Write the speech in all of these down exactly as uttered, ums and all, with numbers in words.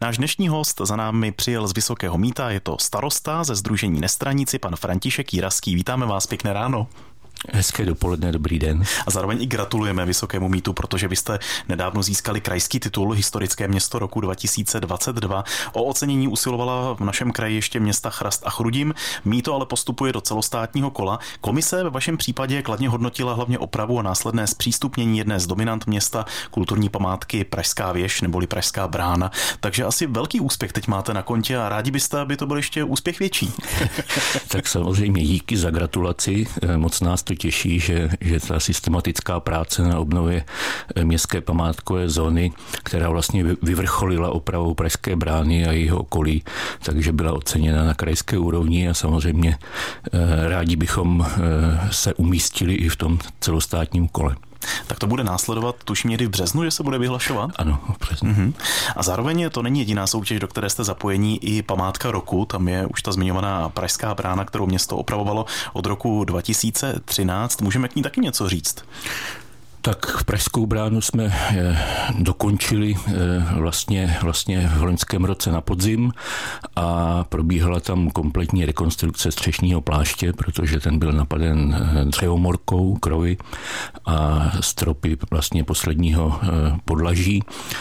Náš dnešní host za námi přijel z Vysokého Mýta, je to starosta ze sdružení Nestraníci, pan František Jiraský. Vítáme vás, pěkné ráno. Hezké dopoledne, dobrý den. A zároveň i gratulujeme Vysokému Mýtu, protože vy jste nedávno získali krajský titul Historické město roku dva tisíce dvacet dva. O ocenění usilovala v našem kraji ještě města Chrast a Chrudim. Mýto ale postupuje do celostátního kola. Komise ve vašem případě kladně hodnotila hlavně opravu a následné zpřístupnění jedné z dominant města, kulturní památky Pražská věž neboli Pražská brána. Takže asi velký úspěch teď máte na kontě a rádi byste, aby to byl ještě úspěch větší. Tak samozřejmě díky za gratulaci. Moc nás to těší, že, že ta systematická práce na obnově městské památkové zóny, která vlastně vyvrcholila opravou Pražské brány a jejího okolí, takže byla oceněna na krajské úrovni a samozřejmě rádi bychom se umístili i v tom celostátním kole. Tak to bude následovat, tuším někdy v březnu, že se bude vyhlašovat? Ano, v březnu. Uh-huh. A zároveň to není jediná soutěž, do které jste zapojení, i památka roku. Tam je už ta zmiňovaná Pražská brána, kterou město opravovalo od roku dva tisíce třináct. Můžeme k ní taky něco říct? Tak Pražskou bránu jsme dokončili vlastně, vlastně v loňském roce na podzim a probíhala tam kompletní rekonstrukce střešního pláště, protože ten byl napaden dřevomorkou, krovy a stropy vlastně posledního podlaží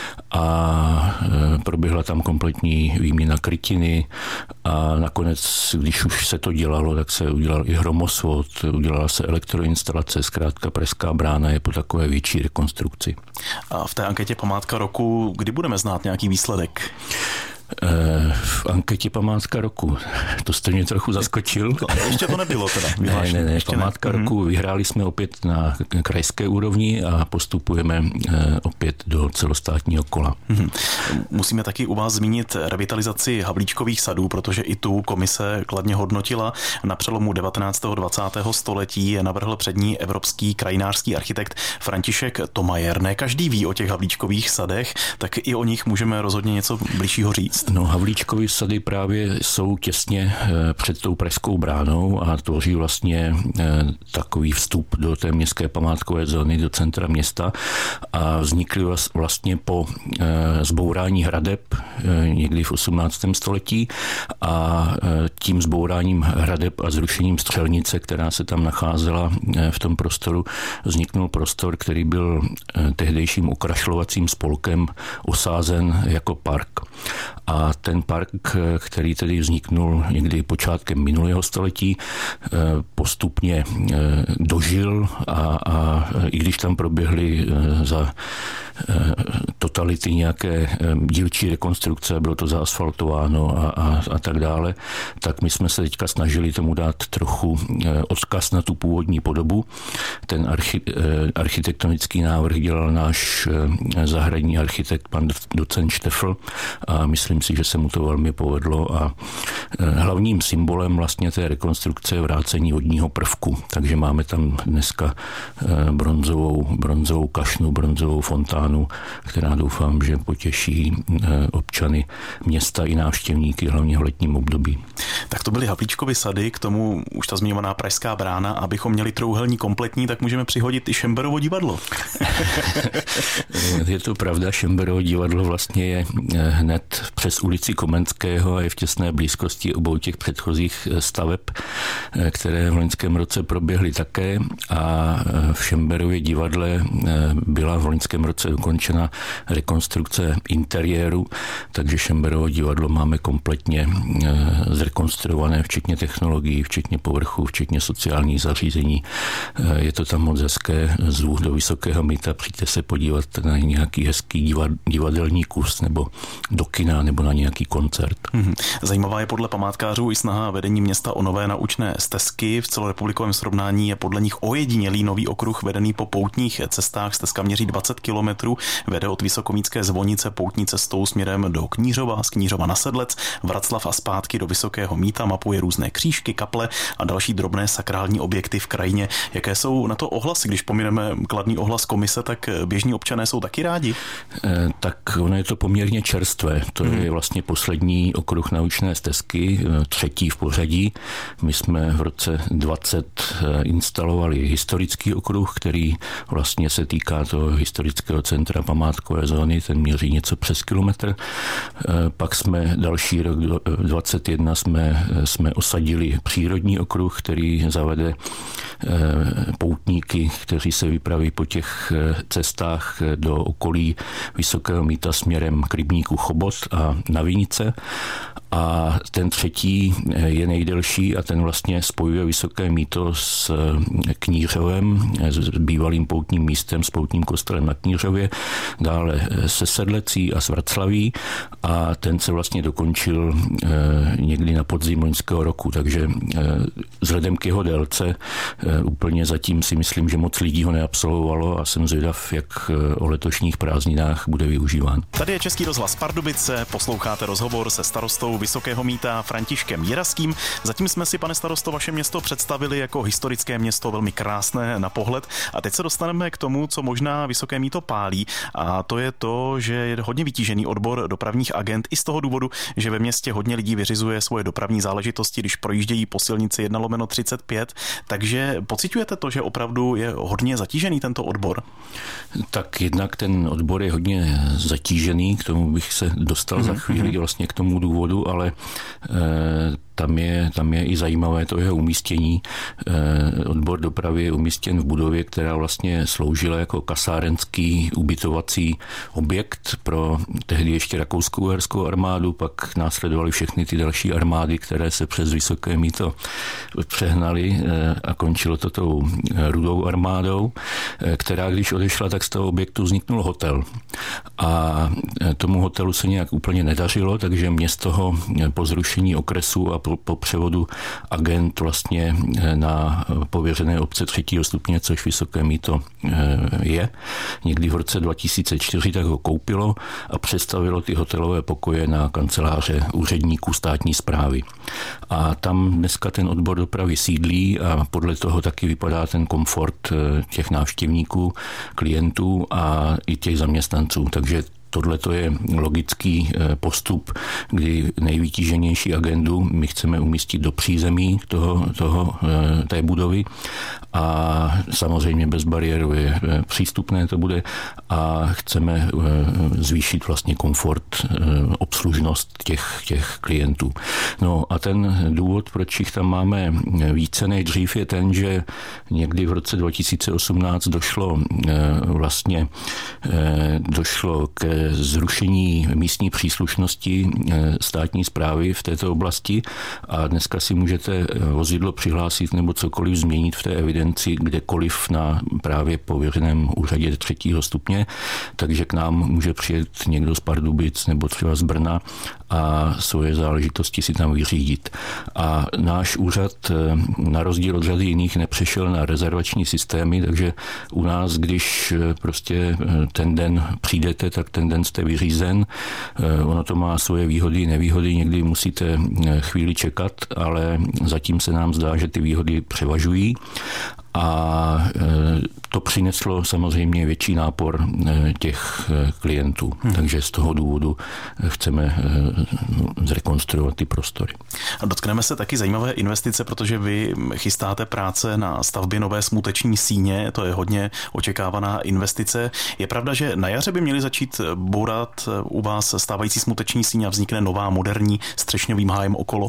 a proběhla tam kompletní výměna krytiny a nakonec, když už se to dělalo, tak se udělal i hromosvod, udělala se elektroinstalace, zkrátka Pražská brána je po takové větší rekonstrukci. A v té anketě Památka roku, kdy budeme znát nějaký výsledek? V anketě Památka roku. To jste mě trochu zaskočil. Ještě to nebylo teda. Ne, ne, ne. Památka ne. roku vyhráli jsme opět na krajské úrovni a postupujeme opět do celostátního kola. Musíme taky u vás zmínit revitalizaci Havlíčkových sadů, protože i tu komise kladně hodnotila. Na přelomu devatenáctého a dvacátého století je navrhl přední evropský krajinářský architekt František Tomajer. Ne každý ví o těch Havlíčkových sadech, tak i o nich můžeme rozhodně něco bližšího říct. No, Havlíčkovy sady právě jsou těsně před tou Pražskou bránou a tvoří vlastně takový vstup do té městské památkové zóny, do centra města a vznikly vlastně po zbourání hradeb někdy v osmnáctém století a tím zbouráním hradeb a zrušením střelnice, která se tam nacházela v tom prostoru, vzniknul prostor, který byl tehdejším okrašlovacím spolkem osázen jako park. A ten park, který tedy vzniknul někdy počátkem minulého století, postupně dožil a, a i když tam proběhly za totality nějaké dílčí rekonstrukce, bylo to zaasfaltováno a, a, a tak dále, tak my jsme se teďka snažili tomu dát trochu odkaz na tu původní podobu. Ten archi, architektonický návrh dělal náš zahradní architekt pan docent Štefl a myslím si, že se mu to velmi povedlo a hlavním symbolem vlastně té rekonstrukce je vrácení vodního prvku. Takže máme tam dneska bronzovou, bronzovou kašnu, bronzovou fontánu, která doufám, že potěší občany města i návštěvníky, hlavně v letním období. Tak to byly Havlíčkovy sady, k tomu už ta zmiňovaná Pražská brána. Abychom měli trouhelní kompletní, tak můžeme přihodit i Šemberovo divadlo. Je to pravda, Šemberovo divadlo vlastně je hned přes ulici Komenského a je v těsné blízkosti obou těch předchozích staveb, které v loňském roce proběhly také a v Šemberově divadle byla v loňském roce dokončena rekonstrukce interiéru, takže Šemberovo divadlo máme kompletně zrekonstruované, včetně technologií, včetně povrchu, včetně sociálních zařízení. Je to tam moc hezké, zvu do Vysokého Mýta, přijďte se podívat na nějaký hezký divadelní kus nebo do kina nebo na nějaký koncert. Zajímavá je podle památkářů i snaha vedení města o nové naučné stezky. V celorepublikovém srovnání je podle nich ojedinělý nový okruh vedený po poutních cestách. Stezka měří dvacet kilometrů, vede od Vysokomýtské zvonice poutní cestou směrem do Knířova, z Knířova na Sedlec, Vraclav a zpátky do Vysokého Mýta, mapuje různé křížky, kaple a další drobné sakrální objekty v krajině. Jaké jsou na to ohlasy? Když pomineme kladný ohlas komise, tak běžní občané jsou taky rádi? Eh, tak ono je to poměrně čerstvé. To hmm. je vlastně poslední okruh naučné stezky, třetí v pořadí. My jsme v roce dvacet instalovali historický okruh, který vlastně se týká toho historického centra památkové zóny, ten měří něco přes kilometr. Pak jsme další rok dvacet jedna jsme, jsme osadili přírodní okruh, který zavede poutníky, kteří se vypraví po těch cestách do okolí Vysokého Mýta směrem k rybníku Chobot a na Vinice. A ten třetí je nejdelší a ten vlastně spojuje Vysoké Mýto s Knířovem, s bývalým poutním místem, s poutním kostelem na Knířově, dále se Sedlecí a s Vraclaví a ten se vlastně dokončil někdy na podzim loňského roku, takže vzhledem k jeho délce úplně zatím si myslím, že moc lidí ho neabsolvovalo a jsem zvědav, jak o letošních prázdninách bude využíván. Tady je Český rozhlas Pardubice, posloucháte rozhovor se starostou Vysokého Mýta Františkem Jiraským. Zatím jsme si, pane starosto, vaše město představili jako historické město, velmi krásné na pohled. A teď se dostaneme k tomu, co možná Vysoké Mýto pálí. A to je to, že je hodně vytížený odbor dopravních agent i z toho důvodu, že ve městě hodně lidí vyřizuje svoje dopravní záležitosti, když projíždějí po silnici jedna lomeno třicet pět. Takže pociťujete to, že opravdu je hodně zatížený tento odbor? Tak jednak ten odbor je hodně zatížený, k tomu bych se dostal mm-hmm. za chvíli vlastně k tomu důvodu, ale e, tam je, tam je i zajímavé to jeho umístění. E, odbor dopravy je umístěn v budově, která vlastně sloužila jako kasárenský ubytovací objekt pro tehdy ještě rakousko-uherskou armádu, pak následovaly všechny ty další armády, které se přes Vysoké Mýto přehnaly e, a končilo to tou Rudou armádou, e, která když odešla, tak z toho objektu vzniknul hotel. A tomu hotelu se nějak úplně nedařilo, takže město ho po zrušení okresu a po, po převodu agent vlastně na pověřené obce třetího stupně, což Vysoké Mýto je. Někdy v roce dva tisíce čtyři tak ho koupilo a přestavilo ty hotelové pokoje na kanceláře úředníků státní správy. A tam dneska ten odbor dopravy sídlí a podle toho taky vypadá ten komfort těch návštěvníků, klientů a i těch zaměstnanců. Takže tohle to je logický postup, kdy nejvytíženější agendu my chceme umístit do přízemí toho, toho, té budovy a samozřejmě bezbariérově přístupné to bude a chceme zvýšit vlastně komfort, obslužnost těch, těch klientů. No a ten důvod, proč jich tam máme více než dřív, je ten, že někdy v roce dva tisíce osmnáct došlo vlastně došlo ke zrušení místní příslušnosti státní správy v této oblasti a dneska si můžete vozidlo přihlásit nebo cokoliv změnit v té evidenci kdekoliv na právě pověřeném úřadě třetího stupně, takže k nám může přijet někdo z Pardubic nebo třeba z Brna a svoje záležitosti si tam vyřídit. A náš úřad na rozdíl od řady jiných nepřešel na rezervační systémy, takže u nás, když prostě ten den přijdete, tak ten den jste vyřízen. Ono to má svoje výhody i nevýhody, někdy musíte chvíli čekat, ale zatím se nám zdá, že ty výhody převažují. A to přineslo samozřejmě větší nápor těch klientů. Hmm. Takže z toho důvodu chceme zrekonstruovat ty prostory. A dotkneme se taky zajímavé investice, protože vy chystáte práce na stavbě nové smuteční síně, to je hodně očekávaná investice. Je pravda, že na jaře by měli začít bourat u vás stávající smuteční síň a vznikne nová moderní s třešňovým hájem okolo?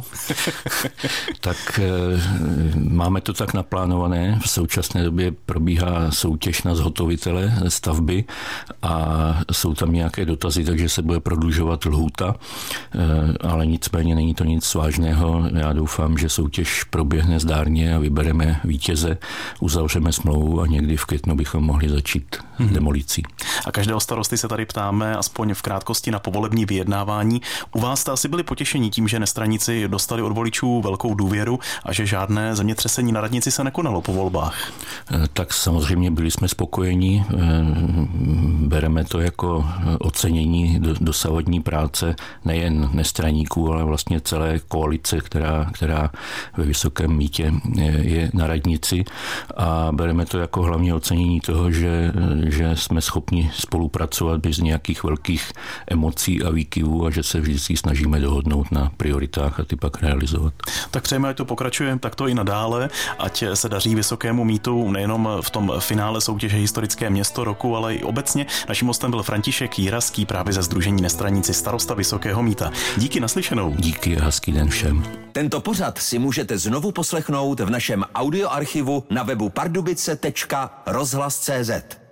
Tak máme to tak naplánované. V současné době probíhá soutěž na zhotovitele stavby a jsou tam nějaké dotazy, takže se bude prodlužovat lhůta, ale nicméně není to nic vážného. Já doufám, že soutěž proběhne zdárně a vybereme vítěze, uzavřeme smlouvu a někdy v květnu bychom mohli začít hmm. demolicí. A každého starosty se tady ptáme, aspoň v krátkosti, na povolební vyjednávání. U vás jste asi byli potěšení tím, že nestraníci dostali od voličů velkou důvěru a že žádné zemětřesení na radnici se nekonalo po volbách. Tak samozřejmě byli jsme spokojení. Bereme to jako ocenění dosavadní práce nejen nestraníků, ale vlastně celé koalice, která, která ve Vysokém Mýtě je na radnici a bereme to jako hlavně ocenění toho, že, že jsme schopni spolupracovat bez nějakých velkých emocí a výkyvů a že se vždycky snažíme dohodnout na prioritách a ty pak realizovat. Tak přejeme, ať to pokračuje takto i nadále, ať se daří Vysokému historickému mýtu, nejenom v tom finále soutěže Historické město roku, ale i obecně. Naším hostem byl František Jirazký právě ze Sdružení Nestraníci, starosta Vysokého Mýta. Díky, naslyšenou. Díky a hezký den všem. Tento pořad si můžete znovu poslechnout v našem audioarchivu na webu pardubice tečka rozhlas tečka cé zet.